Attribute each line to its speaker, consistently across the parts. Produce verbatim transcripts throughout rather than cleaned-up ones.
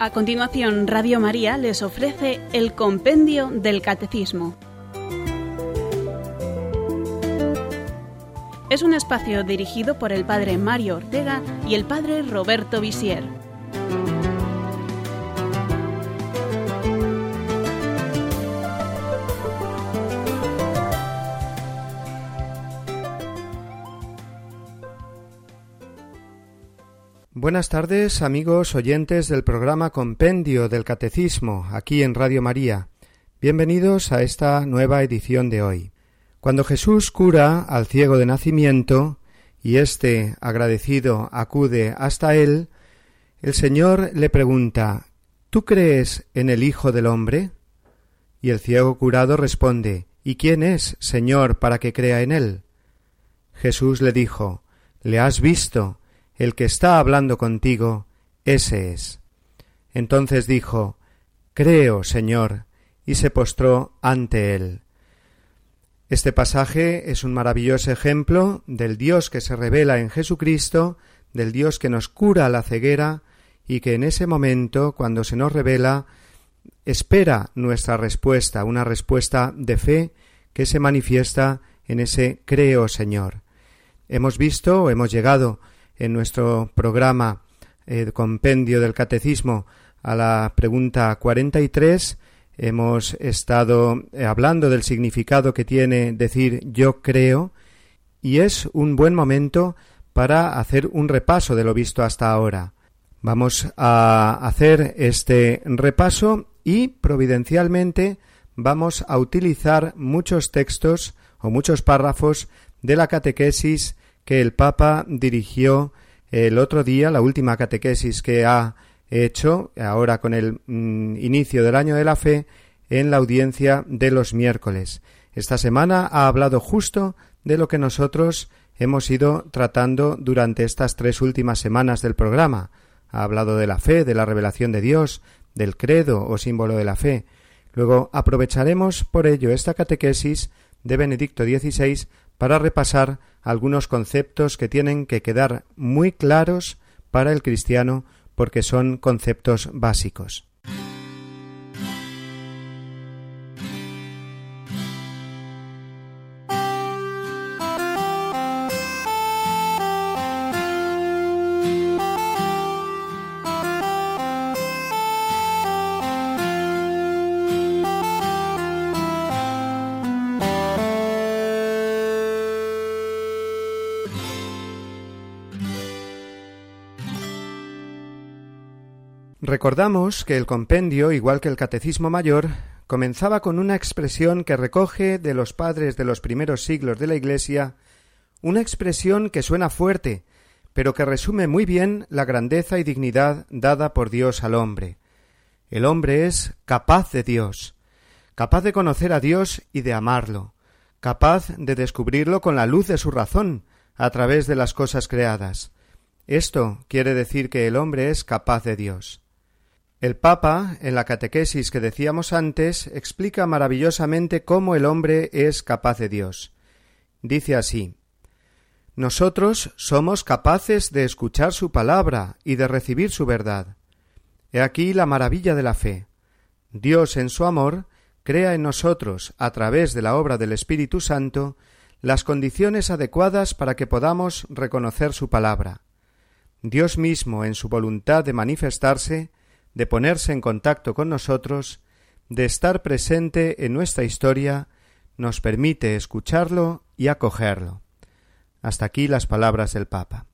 Speaker 1: A continuación, Radio María les ofrece el Compendio del Catecismo. Es un espacio dirigido por el Padre Mario Ortega y el Padre Roberto Visier.
Speaker 2: Buenas tardes, amigos oyentes del programa Compendio del Catecismo, aquí en Radio María. Bienvenidos a esta nueva edición de hoy. Cuando Jesús cura al ciego de nacimiento, y éste, agradecido, acude hasta él, el Señor le pregunta: ¿Tú crees en el Hijo del Hombre? Y el ciego curado responde: ¿Y quién es, Señor, para que crea en él? Jesús le dijo: ¿Le has visto? El que está hablando contigo, ese es. Entonces dijo: Creo, Señor, y se postró ante él. Este pasaje es un maravilloso ejemplo del Dios que se revela en Jesucristo, del Dios que nos cura la ceguera y que en ese momento, cuando se nos revela, espera nuestra respuesta, una respuesta de fe que se manifiesta en ese Creo, Señor. Hemos visto, o hemos llegado en nuestro programa eh, Compendio del Catecismo a la pregunta cuarenta y tres. Hemos estado eh, hablando del significado que tiene decir yo creo, y es un buen momento para hacer un repaso de lo visto hasta ahora. Vamos a hacer este repaso y providencialmente vamos a utilizar muchos textos o muchos párrafos de la catequesis que el Papa dirigió el otro día, la última catequesis que ha hecho, ahora con el mm, inicio del año de la fe, en la audiencia de los miércoles. Esta semana ha hablado justo de lo que nosotros hemos ido tratando durante estas tres últimas semanas del programa. Ha hablado de la fe, de la revelación de Dios, del credo o símbolo de la fe. Luego aprovecharemos por ello esta catequesis de Benedicto dieciséis para repasar algunos conceptos que tienen que quedar muy claros para el cristiano porque son conceptos básicos. Recordamos que el compendio, igual que el Catecismo Mayor, comenzaba con una expresión que recoge de los padres de los primeros siglos de la Iglesia, una expresión que suena fuerte, pero que resume muy bien la grandeza y dignidad dada por Dios al hombre. El hombre es capaz de Dios, capaz de conocer a Dios y de amarlo, capaz de descubrirlo con la luz de su razón, a través de las cosas creadas. Esto quiere decir que el hombre es capaz de Dios. El Papa, en la catequesis que decíamos antes, explica maravillosamente cómo el hombre es capaz de Dios. Dice así: Nosotros somos capaces de escuchar su palabra y de recibir su verdad. He aquí la maravilla de la fe. Dios, en su amor, crea en nosotros, a través de la obra del Espíritu Santo, las condiciones adecuadas para que podamos reconocer su palabra. Dios mismo, en su voluntad de manifestarse, de ponerse en contacto con nosotros, de estar presente en nuestra historia, nos permite escucharlo y acogerlo. Hasta aquí las palabras del Papa.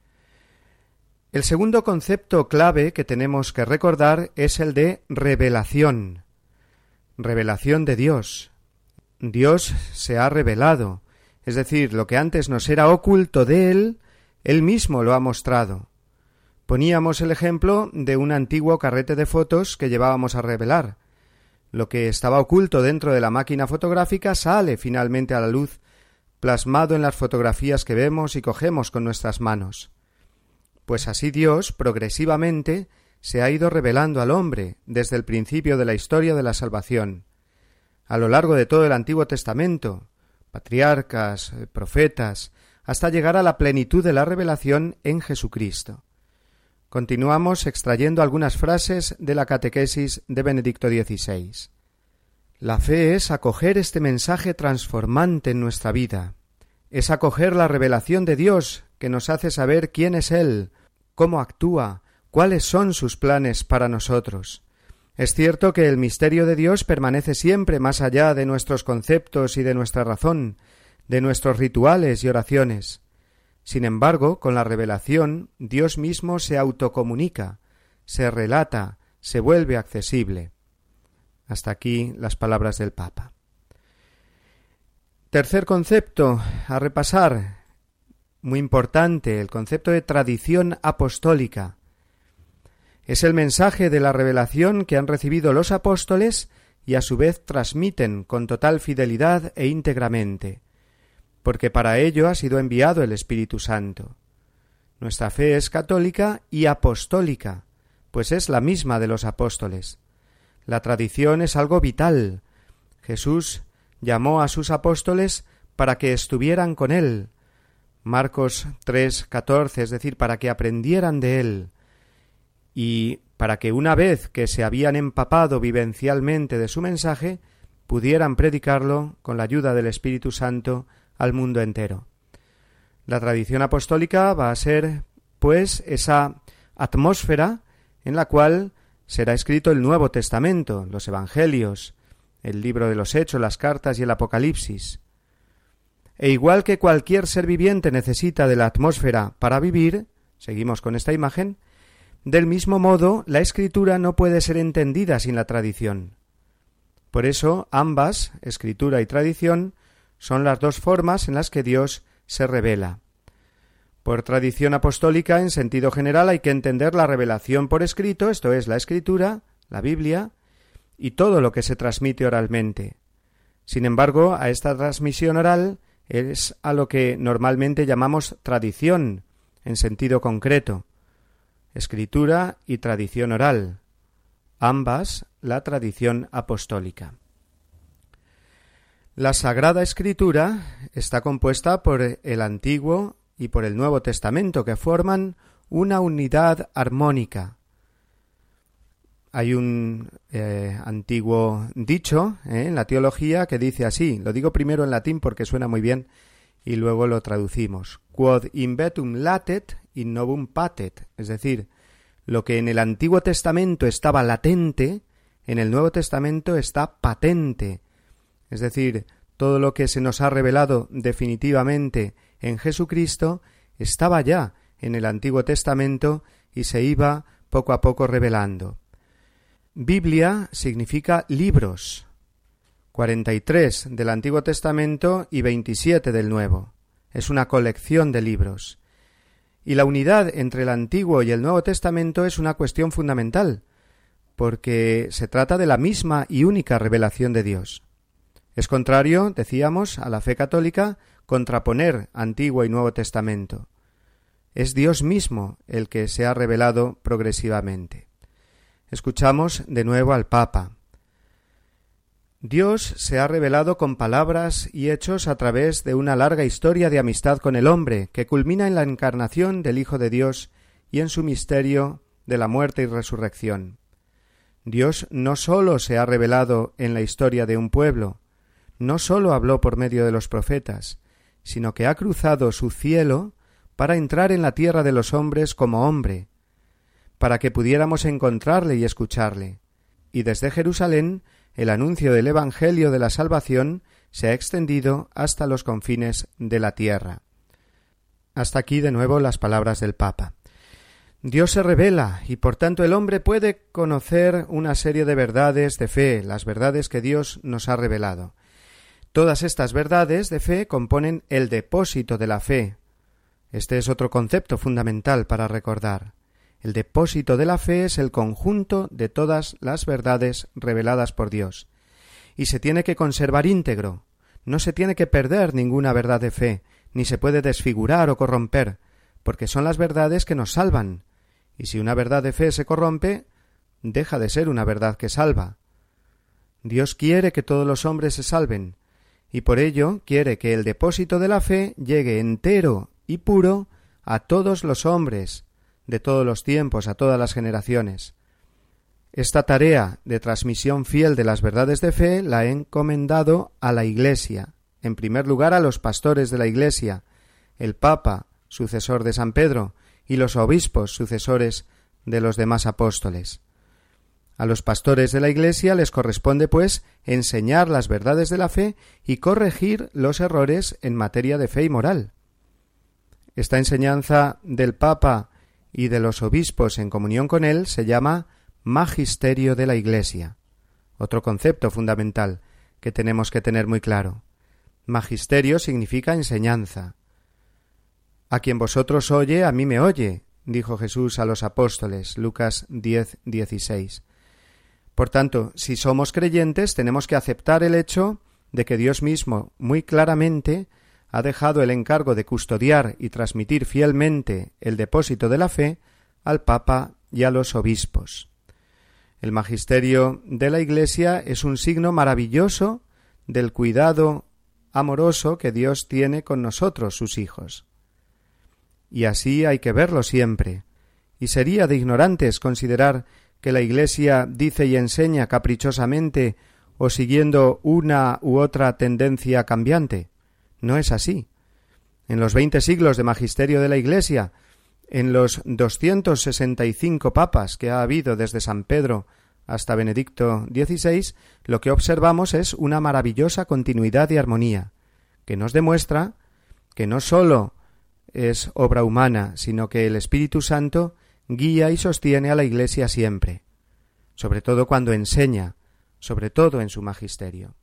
Speaker 2: El segundo concepto clave que tenemos que recordar es el de revelación. Revelación de Dios. Dios se ha revelado, es decir, lo que antes nos era oculto de Él, Él mismo lo ha mostrado. Poníamos el ejemplo de un antiguo carrete de fotos que llevábamos a revelar. Lo que estaba oculto dentro de la máquina fotográfica sale finalmente a la luz, plasmado en las fotografías que vemos y cogemos con nuestras manos. Pues así Dios, progresivamente, se ha ido revelando al hombre desde el principio de la historia de la salvación. A lo largo de todo el Antiguo Testamento, patriarcas, profetas, hasta llegar a la plenitud de la revelación en Jesucristo. Continuamos extrayendo algunas frases de la catequesis de Benedicto dieciséis. La fe es acoger este mensaje transformante en nuestra vida. Es acoger la revelación de Dios que nos hace saber quién es Él, cómo actúa, cuáles son sus planes para nosotros. Es cierto que el misterio de Dios permanece siempre más allá de nuestros conceptos y de nuestra razón, de nuestros rituales y oraciones. Sin embargo, con la revelación, Dios mismo se autocomunica, se relata, se vuelve accesible. Hasta aquí las palabras del Papa. Tercer concepto a repasar, muy importante, el concepto de tradición apostólica. Es el mensaje de la revelación que han recibido los apóstoles y a su vez transmiten con total fidelidad e íntegramente, porque para ello ha sido enviado el Espíritu Santo. Nuestra fe es católica y apostólica, pues es la misma de los apóstoles. La tradición es algo vital. Jesús llamó a sus apóstoles para que estuvieran con Él. Marcos tres catorce, es decir, para que aprendieran de Él. Y para que una vez que se habían empapado vivencialmente de su mensaje, pudieran predicarlo con la ayuda del Espíritu Santo al mundo entero. La tradición apostólica va a ser, pues, esa atmósfera en la cual será escrito el Nuevo Testamento, los Evangelios, el libro de los Hechos, las cartas y el Apocalipsis. E igual que cualquier ser viviente necesita de la atmósfera para vivir, seguimos con esta imagen, del mismo modo la Escritura no puede ser entendida sin la tradición. Por eso ambas, Escritura y tradición, son las dos formas en las que Dios se revela. Por tradición apostólica, en sentido general, hay que entender la revelación por escrito, esto es, la Escritura, la Biblia, y todo lo que se transmite oralmente. Sin embargo, a esta transmisión oral es a lo que normalmente llamamos tradición, en sentido concreto. Escritura y tradición oral, ambas la tradición apostólica. La Sagrada Escritura está compuesta por el Antiguo y por el Nuevo Testamento, que forman una unidad armónica. Hay un eh, antiguo dicho eh, en la teología que dice así, lo digo primero en latín porque suena muy bien y luego lo traducimos: quod in vetum latet, in novum patet, es decir, lo que en el Antiguo Testamento estaba latente, en el Nuevo Testamento está patente, es decir, todo lo que se nos ha revelado definitivamente en Jesucristo estaba ya en el Antiguo Testamento y se iba poco a poco revelando. Biblia significa libros, cuarenta y tres del Antiguo Testamento y veintisiete del Nuevo. Es una colección de libros. Y la unidad entre el Antiguo y el Nuevo Testamento es una cuestión fundamental, porque se trata de la misma y única revelación de Dios. Es contrario, decíamos, a la fe católica contraponer Antiguo y Nuevo Testamento. Es Dios mismo el que se ha revelado progresivamente. Escuchamos de nuevo al Papa. Dios se ha revelado con palabras y hechos a través de una larga historia de amistad con el hombre, que culmina en la encarnación del Hijo de Dios y en su misterio de la muerte y resurrección. Dios no sólo se ha revelado en la historia de un pueblo, no sólo habló por medio de los profetas, sino que ha cruzado su cielo para entrar en la tierra de los hombres como hombre, para que pudiéramos encontrarle y escucharle. Y desde Jerusalén el anuncio del Evangelio de la salvación se ha extendido hasta los confines de la tierra. Hasta aquí de nuevo las palabras del Papa. Dios se revela y por tanto el hombre puede conocer una serie de verdades de fe, las verdades que Dios nos ha revelado. Todas estas verdades de fe componen el depósito de la fe. Este es otro concepto fundamental para recordar. El depósito de la fe es el conjunto de todas las verdades reveladas por Dios. Y se tiene que conservar íntegro. No se tiene que perder ninguna verdad de fe, ni se puede desfigurar o corromper, porque son las verdades que nos salvan. Y si una verdad de fe se corrompe, deja de ser una verdad que salva. Dios quiere que todos los hombres se salven, y por ello quiere que el depósito de la fe llegue entero y puro a todos los hombres, de todos los tiempos, a todas las generaciones. Esta tarea de transmisión fiel de las verdades de fe la he encomendado a la Iglesia, en primer lugar a los pastores de la Iglesia, el Papa, sucesor de San Pedro, y los obispos, sucesores de los demás apóstoles. A los pastores de la Iglesia les corresponde, pues, enseñar las verdades de la fe y corregir los errores en materia de fe y moral. Esta enseñanza del Papa y de los obispos en comunión con él se llama magisterio de la Iglesia, otro concepto fundamental que tenemos que tener muy claro. Magisterio significa enseñanza. A quien vosotros oye, a mí me oye, dijo Jesús a los apóstoles, Lucas diez, dieciséis. Por tanto, si somos creyentes, tenemos que aceptar el hecho de que Dios mismo, muy claramente, ha dejado el encargo de custodiar y transmitir fielmente el depósito de la fe al Papa y a los obispos. El magisterio de la Iglesia es un signo maravilloso del cuidado amoroso que Dios tiene con nosotros, sus hijos. Y así hay que verlo siempre, y sería de ignorantes considerar que la Iglesia dice y enseña caprichosamente o siguiendo una u otra tendencia cambiante. No es así. En los veinte siglos de magisterio de la Iglesia, en los doscientos sesenta y cinco papas que ha habido desde San Pedro hasta Benedicto dieciséis, lo que observamos es una maravillosa continuidad y armonía, que nos demuestra que no sólo es obra humana, sino que el Espíritu Santo guía y sostiene a la Iglesia siempre, sobre todo cuando enseña, sobre todo en su magisterio.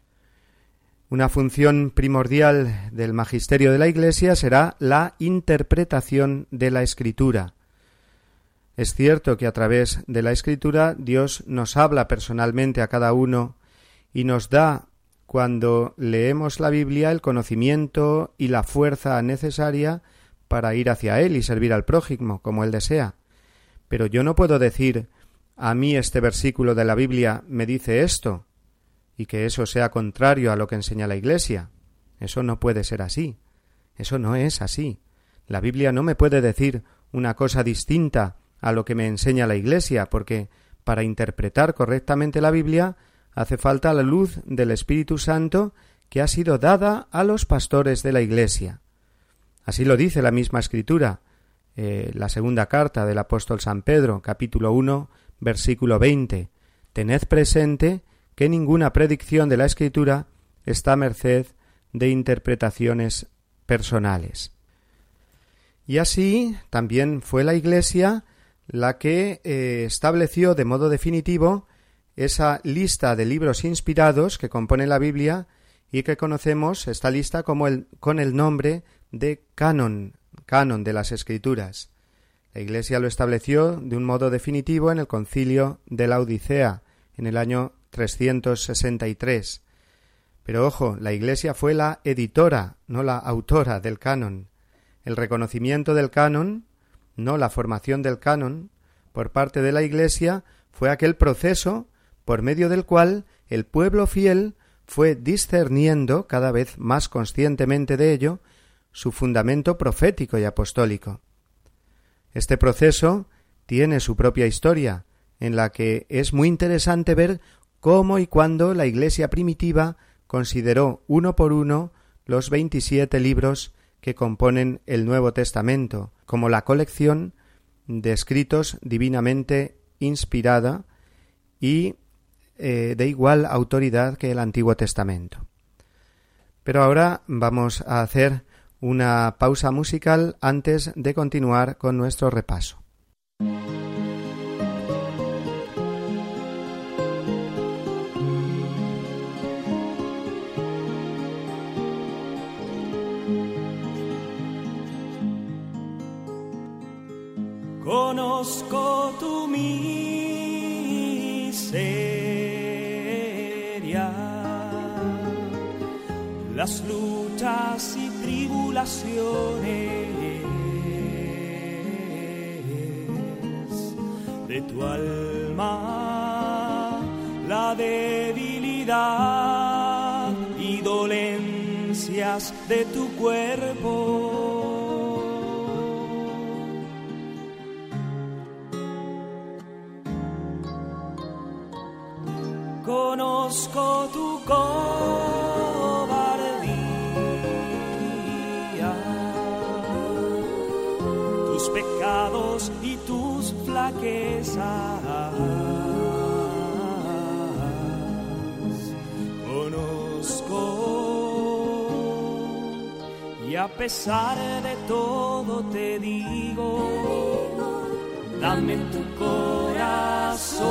Speaker 2: Una función primordial del magisterio de la Iglesia será la interpretación de la Escritura. Es cierto que a través de la Escritura Dios nos habla personalmente a cada uno y nos da, cuando leemos la Biblia, el conocimiento y la fuerza necesaria para ir hacia Él y servir al prójimo, como Él desea. Pero yo no puedo decir, a mí este versículo de la Biblia me dice esto, y que eso sea contrario a lo que enseña la Iglesia. Eso no puede ser así. Eso no es así. La Biblia no me puede decir una cosa distinta a lo que me enseña la Iglesia, porque para interpretar correctamente la Biblia hace falta la luz del Espíritu Santo que ha sido dada a los pastores de la Iglesia. Así lo dice la misma Escritura, eh, la segunda carta del apóstol San Pedro, capítulo uno, versículo veinte. Tened presente que ninguna predicción de la Escritura está a merced de interpretaciones personales. Y así también fue la Iglesia la que eh, estableció de modo definitivo esa lista de libros inspirados que compone la Biblia y que conocemos esta lista como el, con el nombre de canon, canon de las Escrituras. La Iglesia lo estableció de un modo definitivo en el Concilio de la Odisea, en el año trescientos sesenta y tres. Pero ojo, la Iglesia fue la editora, no la autora del canon. El reconocimiento del canon, no la formación del canon, por parte de la Iglesia, fue aquel proceso por medio del cual el pueblo fiel fue discerniendo cada vez más conscientemente de ello su fundamento profético y apostólico. Este proceso tiene su propia historia, en la que es muy interesante ver cómo y cuándo la Iglesia primitiva consideró uno por uno los veintisiete libros que componen el Nuevo Testamento, como la colección de escritos divinamente inspirada y eh, de igual autoridad que el Antiguo Testamento. Pero ahora vamos a hacer una pausa musical antes de continuar con nuestro repaso.
Speaker 3: Conozco tu miseria, las luchas y tribulaciones de tu alma, la debilidad y dolencias de tu cuerpo. conozco tu cobardía, tus pecados y tus flaquezas. Y a pesar de todo te digo, dame tu corazón,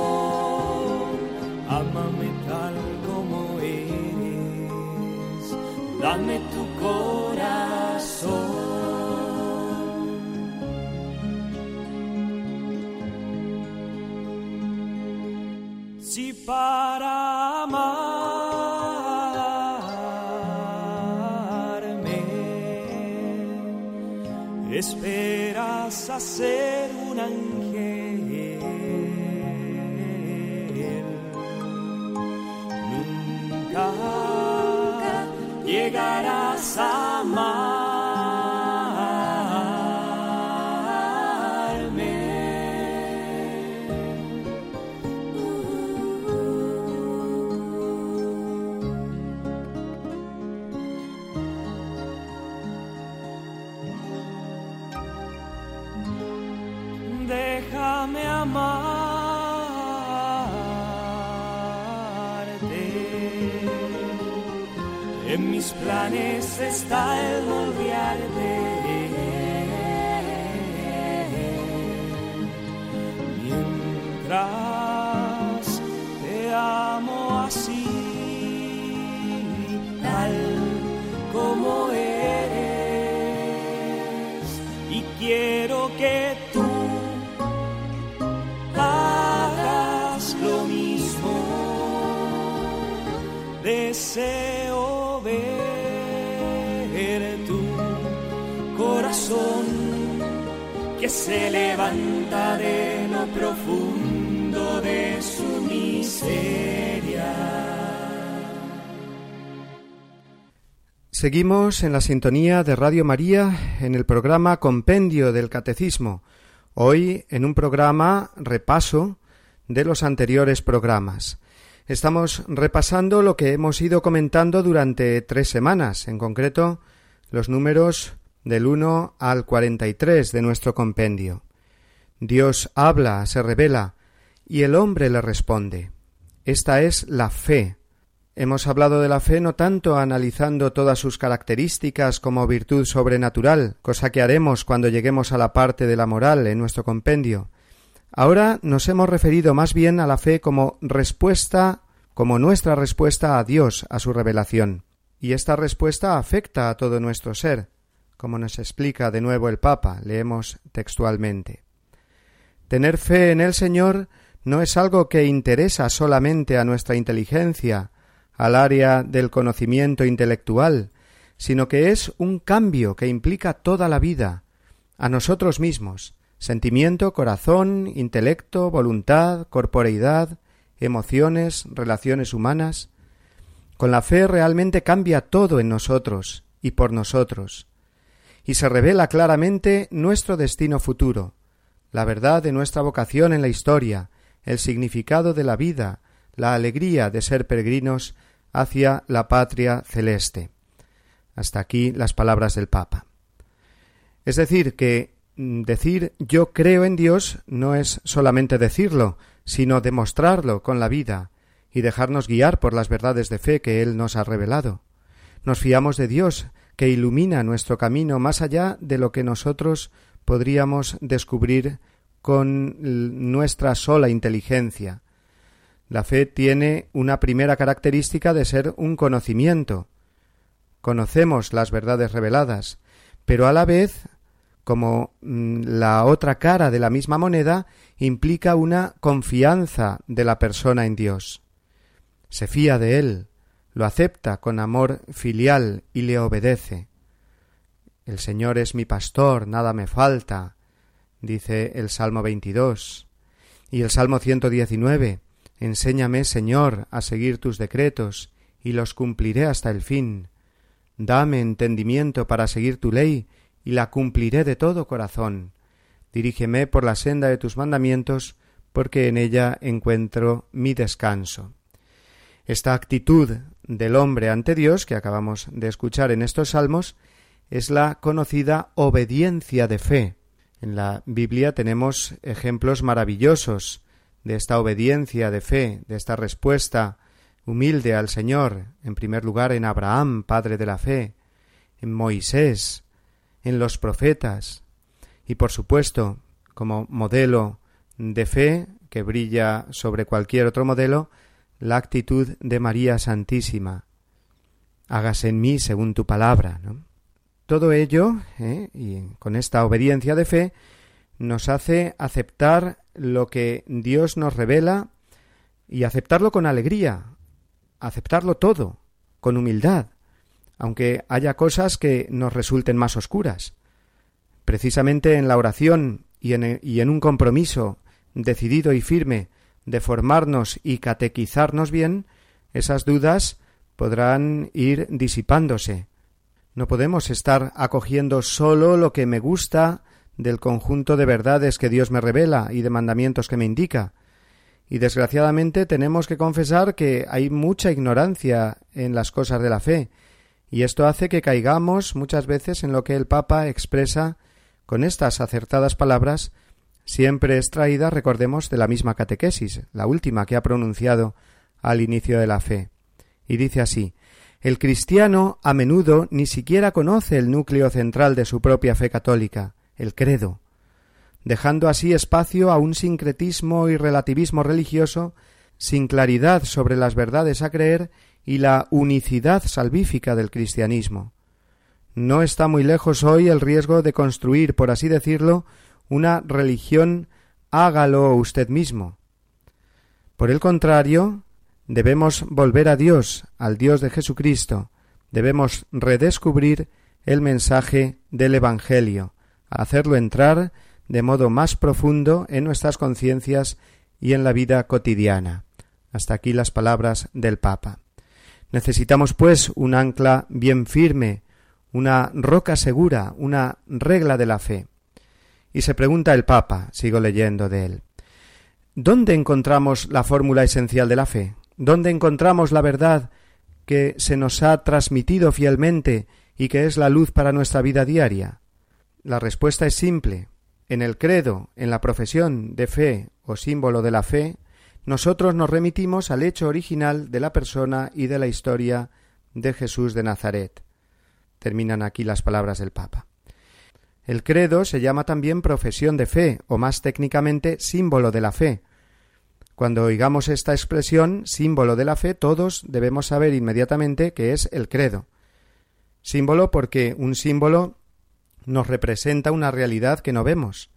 Speaker 3: ámame tal como eres, dame tu corazón. Si para amar esperas a ser un ángel, nunca llegarás a amarme. Déjame amarte, en mis planes está el moldearte, mientras te amo así, tal como eres, y quiero que tú hagas lo mismo. Deseo ver tu corazón que se levanta de lo profundo de su miseria.
Speaker 2: Seguimos en la sintonía de Radio María en el programa Compendio del Catecismo. Hoy en un programa repaso de los anteriores programas. Estamos repasando lo que hemos ido comentando durante tres semanas, en concreto los números del uno al cuarenta y tres de nuestro compendio. Dios habla, se revela, y el hombre le responde. Esta es la fe. Hemos hablado de la fe no tanto analizando todas sus características como virtud sobrenatural, cosa que haremos cuando lleguemos a la parte de la moral en nuestro compendio. Ahora nos hemos referido más bien a la fe como respuesta, como nuestra respuesta a Dios, a su revelación. Y esta respuesta afecta a todo nuestro ser, como nos explica de nuevo el Papa, leemos textualmente. Tener fe en el Señor no es algo que interesa solamente a nuestra inteligencia, al área del conocimiento intelectual, sino que es un cambio que implica toda la vida, a nosotros mismos, sentimiento, corazón, intelecto, voluntad, corporeidad, emociones, relaciones humanas. Con la fe realmente cambia todo en nosotros y por nosotros, y se revela claramente nuestro destino futuro, la verdad de nuestra vocación en la historia, el significado de la vida, la alegría de ser peregrinos hacia la patria celeste. Hasta aquí las palabras del Papa. Es decir, que decir yo creo en Dios no es solamente decirlo, sino demostrarlo con la vida y dejarnos guiar por las verdades de fe que Él nos ha revelado. Nos fiamos de Dios, que ilumina nuestro camino más allá de lo que nosotros podríamos descubrir con nuestra sola inteligencia. La fe tiene una primera característica de ser un conocimiento. Conocemos las verdades reveladas, pero a la vez, como la otra cara de la misma moneda, implica una confianza de la persona en Dios. Se fía de Él, lo acepta con amor filial y le obedece. El Señor es mi pastor, nada me falta, dice el Salmo veintidós. Y el Salmo ciento diecinueve, enséñame, Señor, a seguir tus decretos, y los cumpliré hasta el fin. Dame entendimiento para seguir tu ley, y la cumpliré de todo corazón. Dirígeme por la senda de tus mandamientos, porque en ella encuentro mi descanso. Esta actitud del hombre ante Dios, que acabamos de escuchar en estos salmos, es la conocida obediencia de fe. En la Biblia tenemos ejemplos maravillosos de esta obediencia de fe, de esta respuesta humilde al Señor, en primer lugar en Abraham, padre de la fe, en Moisés, en los profetas, y por supuesto, como modelo de fe que brilla sobre cualquier otro modelo, la actitud de María Santísima. Hágase en mí según tu palabra, ¿no? Todo ello, ¿eh? y con esta obediencia de fe, nos hace aceptar lo que Dios nos revela y aceptarlo con alegría, aceptarlo todo, con humildad, aunque haya cosas que nos resulten más oscuras. Precisamente en la oración y en, y en un compromiso decidido y firme de formarnos y catequizarnos bien, esas dudas podrán ir disipándose. No podemos estar acogiendo solo lo que me gusta del conjunto de verdades que Dios me revela y de mandamientos que me indica. Y desgraciadamente tenemos que confesar que hay mucha ignorancia en las cosas de la fe, y esto hace que caigamos muchas veces en lo que el Papa expresa con estas acertadas palabras, siempre extraídas, recordemos, de la misma catequesis, la última que ha pronunciado al inicio de la fe. Y dice así: el cristiano a menudo ni siquiera conoce el núcleo central de su propia fe católica, el credo, dejando así espacio a un sincretismo y relativismo religioso sin claridad sobre las verdades a creer y la unicidad salvífica del cristianismo. No está muy lejos hoy el riesgo de construir, por así decirlo, una religión hágalo usted mismo. Por el contrario, debemos volver a Dios, al Dios de Jesucristo. Debemos redescubrir el mensaje del Evangelio, hacerlo entrar de modo más profundo en nuestras conciencias y en la vida cotidiana. Hasta aquí las palabras del Papa. Necesitamos, pues, un ancla bien firme, una roca segura, una regla de la fe. Y se pregunta el Papa, sigo leyendo de él, ¿dónde encontramos la fórmula esencial de la fe? ¿Dónde encontramos la verdad que se nos ha transmitido fielmente y que es la luz para nuestra vida diaria? La respuesta es simple. En el credo, en la profesión de fe o símbolo de la fe, nosotros nos remitimos al hecho original de la persona y de la historia de Jesús de Nazaret. Terminan aquí las palabras del Papa. El credo se llama también profesión de fe, o más técnicamente, símbolo de la fe. Cuando oigamos esta expresión, símbolo de la fe, todos debemos saber inmediatamente que es el credo. Símbolo porque un símbolo nos representa una realidad que no vemos.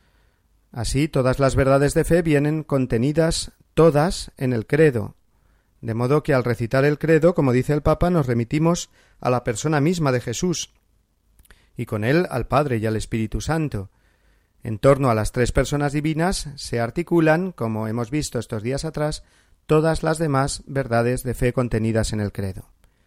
Speaker 2: Así, todas las verdades de fe vienen contenidas todas en el credo, de modo que al recitar el credo, como dice el Papa, nos remitimos a la persona misma de Jesús, y con él al Padre y al Espíritu Santo. En torno a las tres personas divinas se articulan, como hemos visto estos días atrás, todas las demás verdades de fe contenidas en el credo.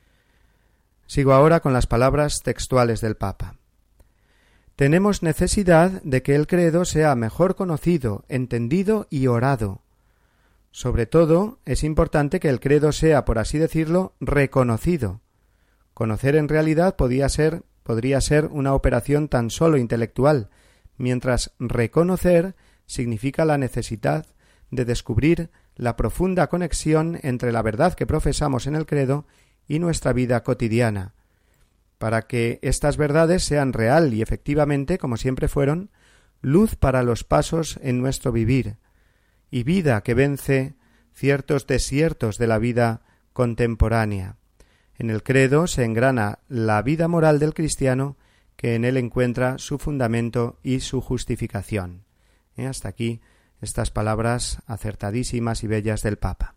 Speaker 2: Sigo ahora con las palabras textuales del Papa. Tenemos necesidad de que el credo sea mejor conocido, entendido y orado. Sobre todo, es importante que el credo sea, por así decirlo, reconocido. Conocer en realidad podía ser, podría ser una operación tan solo intelectual, mientras reconocer significa la necesidad de descubrir la profunda conexión entre la verdad que profesamos en el credo y nuestra vida cotidiana, para que estas verdades sean real y efectivamente, como siempre fueron, luz para los pasos en nuestro vivir, y vida que vence ciertos desiertos de la vida contemporánea. En el credo se engrana la vida moral del cristiano, que en él encuentra su fundamento y su justificación. ¿Eh? Hasta aquí estas palabras acertadísimas y bellas del Papa.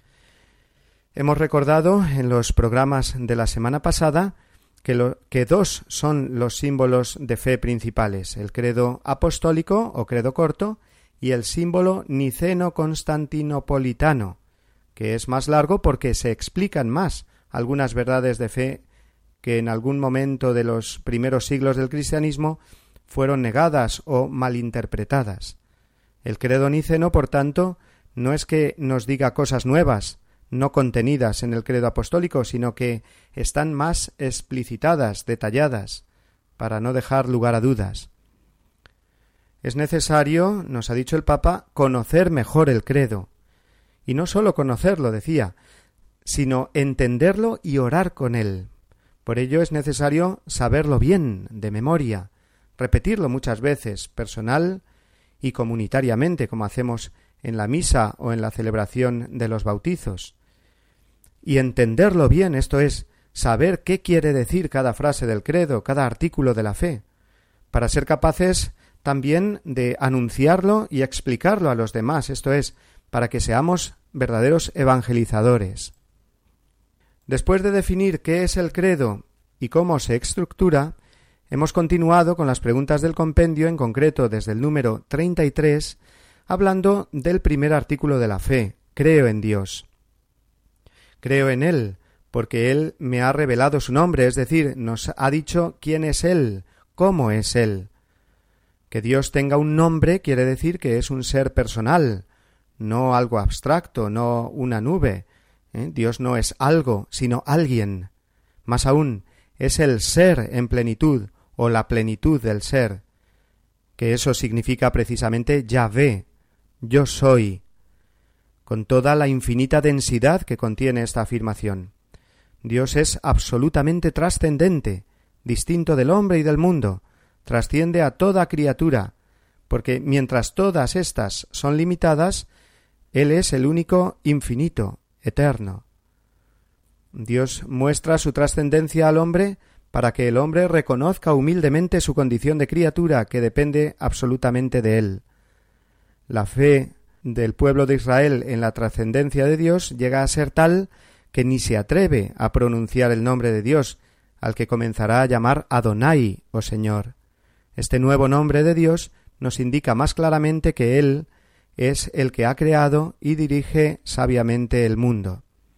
Speaker 2: Hemos recordado en los programas de la semana pasada que, lo, que dos son los símbolos de fe principales, el credo apostólico o credo corto y el símbolo niceno-constantinopolitano, que es más largo porque se explican más algunas verdades de fe que en algún momento de los primeros siglos del cristianismo fueron negadas o malinterpretadas. El credo niceno, por tanto, no es que nos diga cosas nuevas, no contenidas en el credo apostólico, sino que están más explicitadas, detalladas, para no dejar lugar a dudas. Es necesario, nos ha dicho el Papa, conocer mejor el credo. Y no sólo conocerlo, decía, sino entenderlo y orar con él. Por ello es necesario saberlo bien, de memoria, repetirlo muchas veces, personal y comunitariamente, como hacemos en la misa o en la celebración de los bautizos. Y entenderlo bien, esto es, saber qué quiere decir cada frase del credo, cada artículo de la fe, para ser capaces también de anunciarlo y explicarlo a los demás, esto es, para que seamos verdaderos evangelizadores. Después de definir qué es el credo y cómo se estructura, hemos continuado con las preguntas del compendio, en concreto desde el número treinta y tres, hablando del primer artículo de la fe, creo en Dios. Creo en Él, porque Él me ha revelado su nombre, es decir, nos ha dicho quién es Él, cómo es Él. Que Dios tenga un nombre quiere decir que es un ser personal, no algo abstracto, no una nube. ¿Eh? Dios no es algo, sino alguien. Más aún, es el ser en plenitud, o la plenitud del ser, que eso significa precisamente Yahvé, yo soy, con toda la infinita densidad que contiene esta afirmación. Dios es absolutamente trascendente, distinto del hombre y del mundo, trasciende a toda criatura, porque mientras todas éstas son limitadas, Él es el único infinito, eterno. Dios muestra su trascendencia al hombre para que el hombre reconozca humildemente su condición de criatura que depende absolutamente de Él. La fe del pueblo de Israel en la trascendencia de Dios llega a ser tal que ni se atreve a pronunciar el nombre de Dios, al que comenzará a llamar Adonai, o Señor. Este nuevo nombre de Dios nos indica más claramente que Él es el que ha creado y dirige sabiamente el mundo.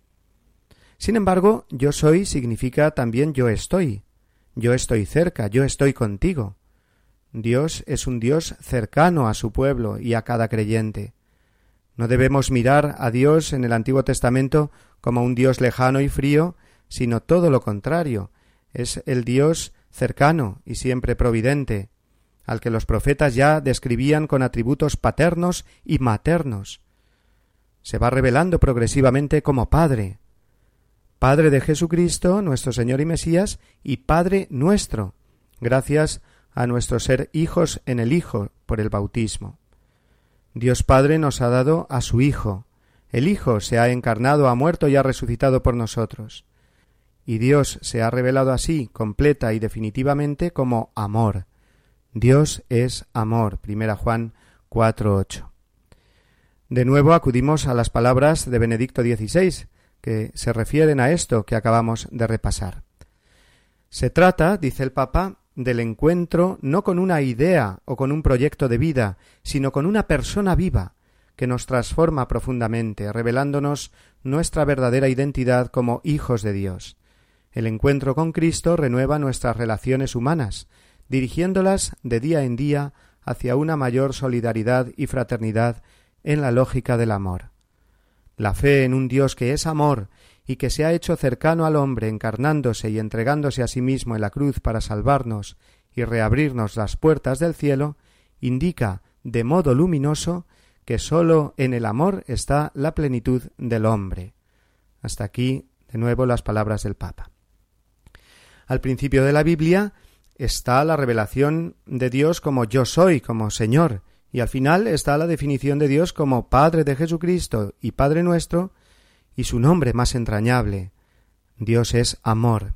Speaker 2: Sin embargo, yo soy significa también yo estoy. Yo estoy cerca, yo estoy contigo. Dios es un Dios cercano a su pueblo y a cada creyente. No debemos mirar a Dios en el Antiguo Testamento como un Dios lejano y frío, sino todo lo contrario. Es el Dios cercano y siempre providente, al que los profetas ya describían con atributos paternos y maternos. Se va revelando progresivamente como Padre, Padre de Jesucristo, nuestro Señor y Mesías, y Padre nuestro, gracias a nuestro ser hijos en el Hijo por el bautismo. Dios Padre nos ha dado a su Hijo. El Hijo se ha encarnado, ha muerto y ha resucitado por nosotros. Y Dios se ha revelado así, completa y definitivamente, como amor. Dios es amor. Primera Juan cuatro ocho. De nuevo acudimos a las palabras de Benedicto dieciséis, que se refieren a esto que acabamos de repasar. Se trata, dice el Papa, del encuentro no con una idea o con un proyecto de vida, sino con una persona viva, que nos transforma profundamente, revelándonos nuestra verdadera identidad como hijos de Dios. El encuentro con Cristo renueva nuestras relaciones humanas, dirigiéndolas de día en día hacia una mayor solidaridad y fraternidad en la lógica del amor. La fe en un Dios que es amor y que se ha hecho cercano al hombre, encarnándose y entregándose a sí mismo en la cruz para salvarnos y reabrirnos las puertas del cielo, indica de modo luminoso que sólo en el amor está la plenitud del hombre. Hasta aquí, de nuevo, las palabras del Papa. Al principio de la Biblia está la revelación de Dios como yo soy, como Señor, y al final está la definición de Dios como Padre de Jesucristo y Padre nuestro, y su nombre más entrañable. Dios es amor.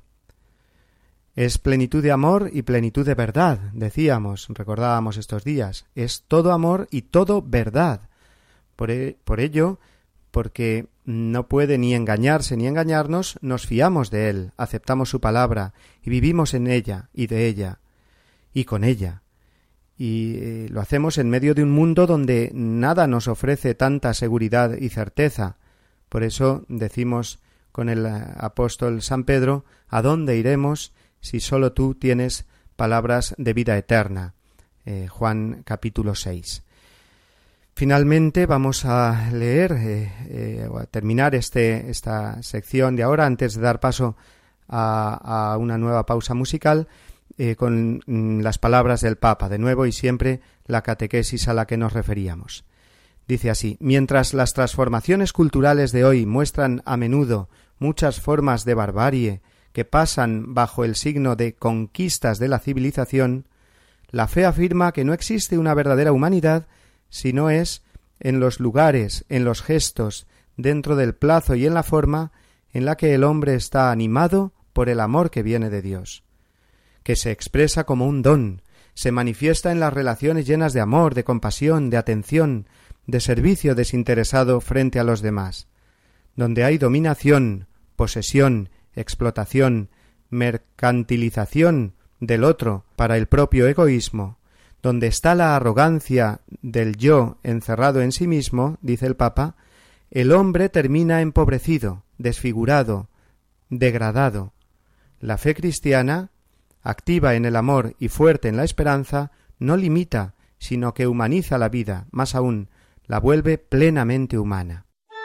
Speaker 2: Es plenitud de amor y plenitud de verdad, decíamos, recordábamos estos días. Es todo amor y todo verdad. Por, e- por ello, porque no puede ni engañarse ni engañarnos, nos fiamos de Él, aceptamos su palabra y vivimos en ella y de ella y con ella. Y eh, lo hacemos en medio de un mundo donde nada nos ofrece tanta seguridad y certeza. Por eso decimos con el apóstol San Pedro, ¿a dónde iremos si sólo tú tienes palabras de vida eterna? Eh, Juan capítulo seis. Finalmente vamos a leer eh, eh, o a terminar este, esta sección de ahora, antes de dar paso a, a una nueva pausa musical, eh, con mm, las palabras del Papa, de nuevo y siempre la catequesis a la que nos referíamos. Dice así: mientras las transformaciones culturales de hoy muestran a menudo muchas formas de barbarie que pasan bajo el signo de conquistas de la civilización, la fe afirma que no existe una verdadera humanidad si no es en los lugares, en los gestos, dentro del plazo y en la forma en la que el hombre está animado por el amor que viene de Dios, que se expresa como un don, se manifiesta en las relaciones llenas de amor, de compasión, de atención, de servicio desinteresado frente a los demás. Donde hay dominación, posesión, explotación, mercantilización del otro para el propio egoísmo, donde está la arrogancia del yo encerrado en sí mismo, dice el Papa, el hombre termina empobrecido, desfigurado, degradado. La fe cristiana, activa en el amor y fuerte en la esperanza, no limita, sino que humaniza la vida, más aún, la vuelve plenamente humana.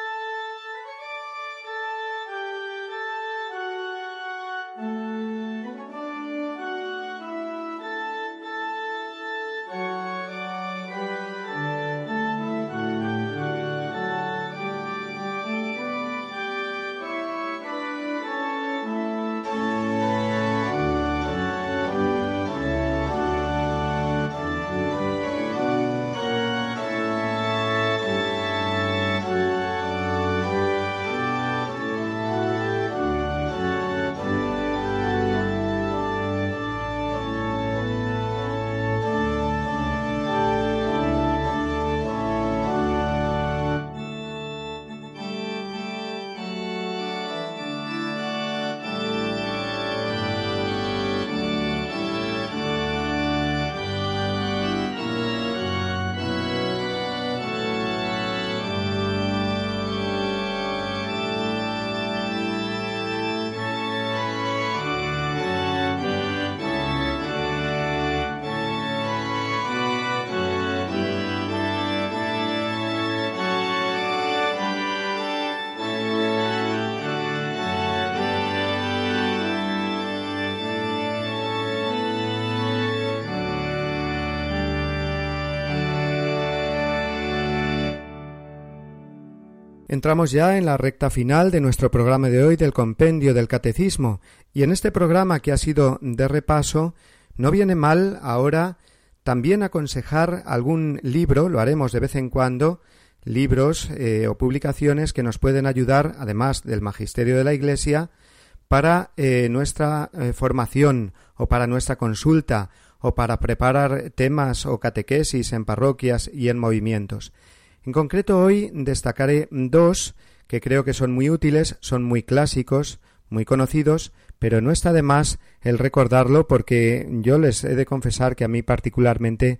Speaker 2: Entramos ya en la recta final de nuestro programa de hoy del Compendio del Catecismo, y en este programa que ha sido de repaso, no viene mal ahora también aconsejar algún libro, lo haremos de vez en cuando, libros eh, o publicaciones que nos pueden ayudar, además del magisterio de la Iglesia, para eh, nuestra eh, formación o para nuestra consulta o para preparar temas o catequesis en parroquias y en movimientos. En concreto hoy destacaré dos que creo que son muy útiles, son muy clásicos, muy conocidos, pero no está de más el recordarlo porque yo les he de confesar que a mí particularmente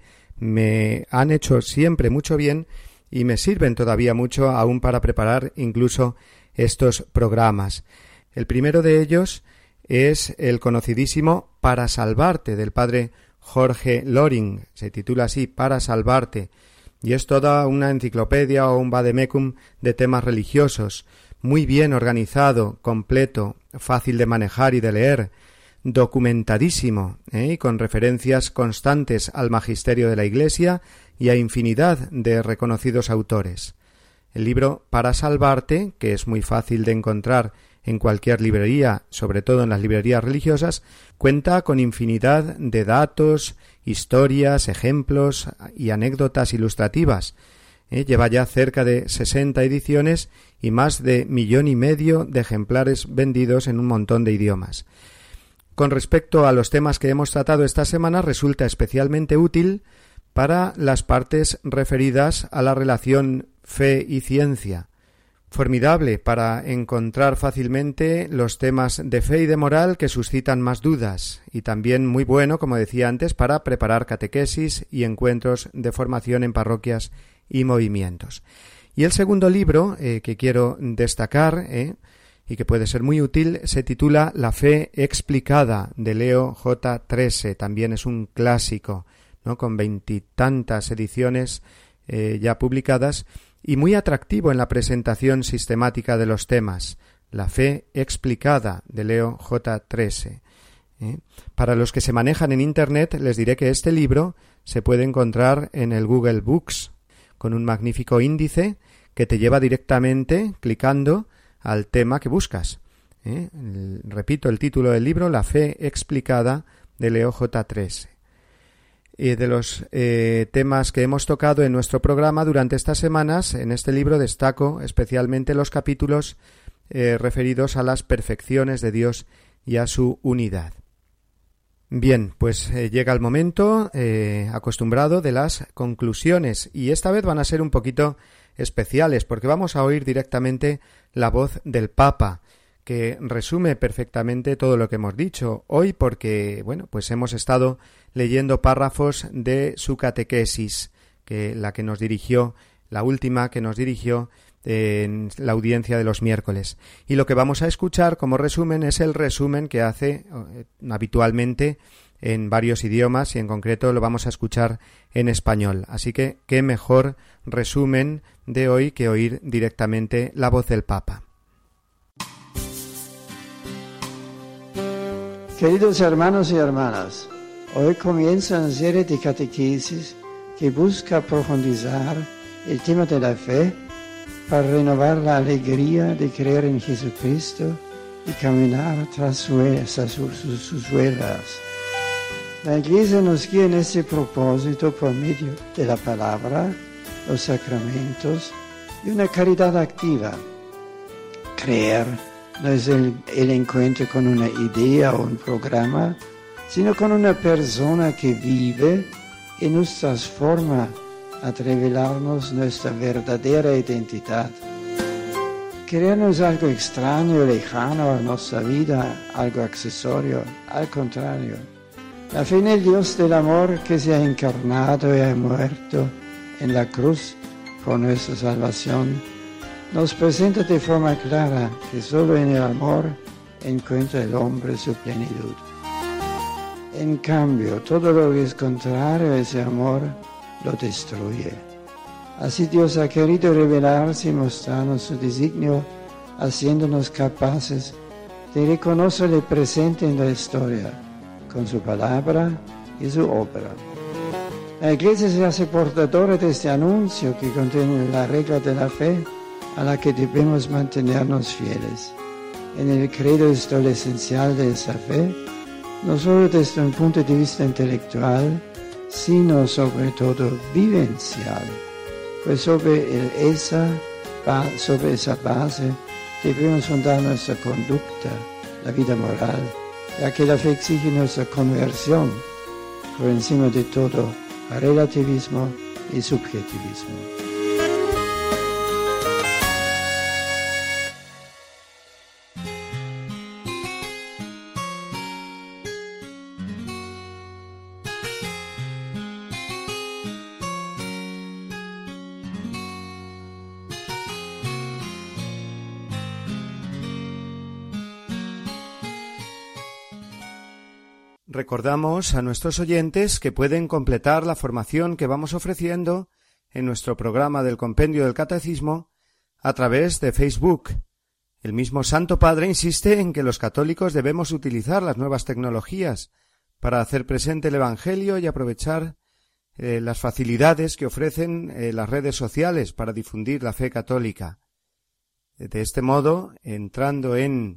Speaker 2: me han hecho siempre mucho bien y me sirven todavía mucho aún para preparar incluso estos programas. El primero de ellos es el conocidísimo Para Salvarte del padre Jorge Loring, se titula así, Para Salvarte, y es toda una enciclopedia o un vademecum de temas religiosos, muy bien organizado, completo, fácil de manejar y de leer, documentadísimo, ¿eh? y con referencias constantes al magisterio de la Iglesia y a infinidad de reconocidos autores. El libro Para Salvarte, que es muy fácil de encontrar en cualquier librería, sobre todo en las librerías religiosas, cuenta con infinidad de datos, historias, ejemplos y anécdotas ilustrativas. Eh, lleva ya cerca de sesenta ediciones y más de millón y medio de ejemplares vendidos en un montón de idiomas. Con respecto a los temas que hemos tratado esta semana, resulta especialmente útil para las partes referidas a la relación fe y ciencia. Formidable para encontrar fácilmente los temas de fe y de moral que suscitan más dudas, y también muy bueno, como decía antes, para preparar catequesis y encuentros de formación en parroquias y movimientos. Y el segundo libro eh, que quiero destacar eh, y que puede ser muy útil se titula La fe explicada, de Leo J. Trese. También es un clásico, ¿no? Con veintitantas ediciones eh, ya publicadas, y muy atractivo en la presentación sistemática de los temas. La fe explicada, de Leo J. Trese. ¿Eh? Para los que se manejan en Internet, les diré que este libro se puede encontrar en el Google Books, con un magnífico índice que te lleva directamente, clicando, al tema que buscas. ¿Eh? El, repito, el título del libro, La fe explicada, de Leo J. Trese. Y de los eh, temas que hemos tocado en nuestro programa durante estas semanas, en este libro destaco especialmente los capítulos eh, referidos a las perfecciones de Dios y a su unidad. Bien, pues eh, llega el momento eh, acostumbrado de las conclusiones, y esta vez van a ser un poquito especiales porque vamos a oír directamente la voz del Papa, que resume perfectamente todo lo que hemos dicho hoy, porque bueno, pues hemos estado leyendo párrafos de su catequesis, que la que nos dirigió, la última que nos dirigió en la audiencia de los miércoles. Y lo que vamos a escuchar como resumen es el resumen que hace eh, habitualmente en varios idiomas, y en concreto lo vamos a escuchar en español. Así que qué mejor resumen de hoy que oír directamente la voz del Papa.
Speaker 4: Queridos hermanos y hermanas, hoy comienza una serie de catequesis que busca profundizar el tema de la fe para renovar la alegría de creer en Jesucristo y caminar tras sus, sus, sus huellas. La Iglesia nos guía en ese propósito por medio de la palabra, los sacramentos y una caridad activa. Creer no es el, el encuentro con una idea o un programa, sino con una persona que vive y nos transforma a revelarnos nuestra verdadera identidad. Creer no es algo extraño, lejano a nuestra vida, algo accesorio, al contrario. La fe en el Dios del amor que se ha encarnado y ha muerto en la cruz por nuestra salvación, nos presenta de forma clara que solo en el amor encuentra el hombre su plenitud. En cambio, todo lo que es contrario a ese amor lo destruye. Así Dios ha querido revelarse y mostrarnos su designio, haciéndonos capaces de reconocerle presente en la historia, con su palabra y su obra. La Iglesia se hace portadora de este anuncio que contiene la regla de la fe a la que debemos mantenernos fieles. En el credo está lo esencial de esa fe, no solo desde un punto de vista intelectual, sino sobre todo vivencial, pues sobre, el, esa, sobre esa base debemos fundar nuestra conducta, la vida moral, ya que la fe exige nuestra conversión, por encima de todo, a relativismo y subjetivismo.
Speaker 2: Recordamos a nuestros oyentes que pueden completar la formación que vamos ofreciendo en nuestro programa del Compendio del Catecismo a través de Facebook. El mismo Santo Padre insiste en que los católicos debemos utilizar las nuevas tecnologías para hacer presente el Evangelio y aprovechar eh, las facilidades que ofrecen eh, las redes sociales para difundir la fe católica. De este modo, entrando en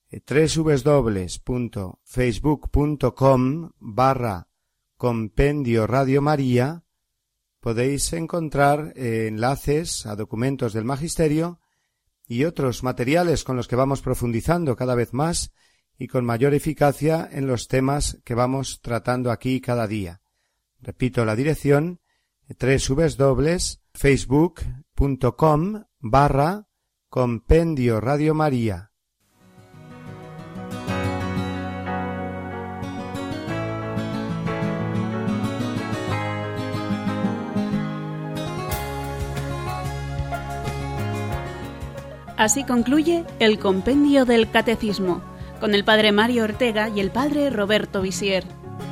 Speaker 2: www.facebook.com barra compendio Radio María podéis encontrar eh, enlaces a documentos del Magisterio y otros materiales con los que vamos profundizando cada vez más y con mayor eficacia en los temas que vamos tratando aquí cada día. Repito la dirección, www.facebook.com barra compendio Radio María.
Speaker 1: Así concluye el Compendio del Catecismo, con el Padre Mario Ortega y el Padre Roberto Visier.